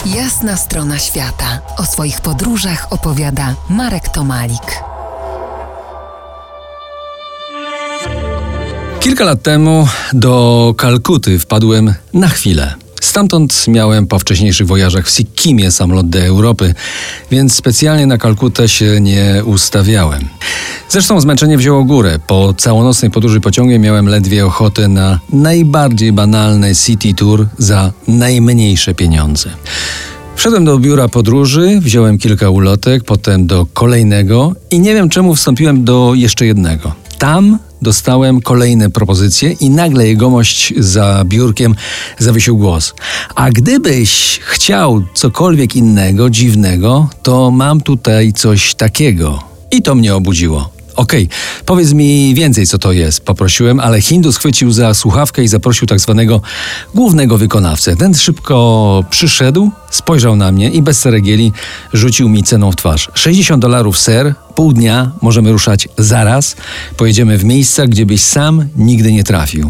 Jasna strona świata. O swoich podróżach opowiada Marek Tomalik. Kilka lat temu do Kalkuty wpadłem na chwilę. Stamtąd miałem po wcześniejszych wojażach w Sikkimie samolot do Europy, więc specjalnie na Kalkutę się nie ustawiałem. Zresztą zmęczenie wzięło górę. Po całonocnej podróży pociągiem miałem ledwie ochotę na najbardziej banalny city tour za najmniejsze pieniądze. Wszedłem do biura podróży, wziąłem kilka ulotek, potem do kolejnego i nie wiem czemu wstąpiłem do jeszcze jednego. Tam dostałem kolejne propozycje i nagle jegomość za biurkiem zawiesił głos. A gdybyś chciał cokolwiek innego, dziwnego, to mam tutaj coś takiego. I to mnie obudziło. Okej, powiedz mi więcej, co to jest, poprosiłem, ale Hindu schwycił za słuchawkę i zaprosił tak zwanego głównego wykonawcę. Ten szybko przyszedł, spojrzał na mnie i bez ceregieli rzucił mi ceną w twarz. $60, sir, pół dnia, możemy ruszać zaraz, pojedziemy w miejsca, gdzie byś sam nigdy nie trafił.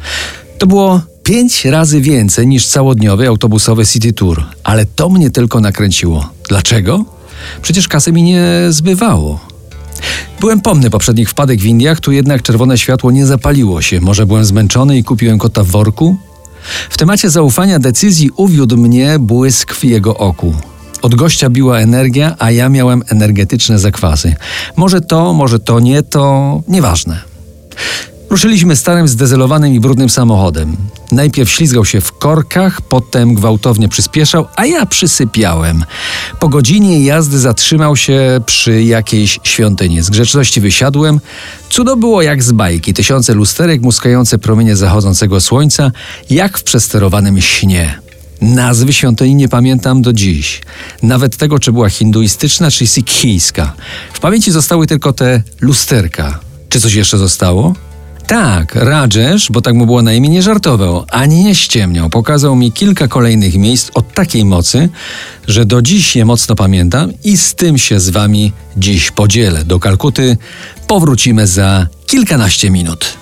To było 5 razy więcej niż całodniowy autobusowy city tour, ale to mnie tylko nakręciło. Dlaczego? Przecież kasy mi nie zbywało. Byłem pomny poprzednich wpadek w Indiach, tu jednak czerwone światło nie zapaliło się. Może byłem zmęczony i kupiłem kota w worku? W temacie zaufania decyzji uwiódł mnie błysk w jego oku. Od gościa biła energia, a ja miałem energetyczne zakwasy. Może to nie, to nieważne. Ruszyliśmy starym, zdezelowanym i brudnym samochodem. Najpierw ślizgał się w korkach, potem gwałtownie przyspieszał, a ja przysypiałem. Po godzinie jazdy zatrzymał się przy jakiejś świątyni. Z grzeczności wysiadłem. Cudo było jak z bajki. Tysiące lusterek muskające promienie zachodzącego słońca, jak w przesterowanym śnie. Nazwy świątyni nie pamiętam do dziś. Nawet tego, czy była hinduistyczna, czy sikhijska. W pamięci zostały tylko te lusterka. Czy coś jeszcze zostało? Tak, Rajesh, bo tak mu było na imię, nie żartował, ani nie ściemniał. Pokazał mi kilka kolejnych miejsc o takiej mocy, że do dziś je mocno pamiętam i z tym się z wami dziś podzielę. Do Kalkuty powrócimy za kilkanaście minut.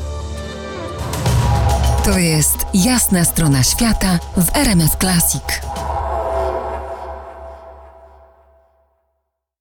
To jest Jasna strona świata w RMF Classic.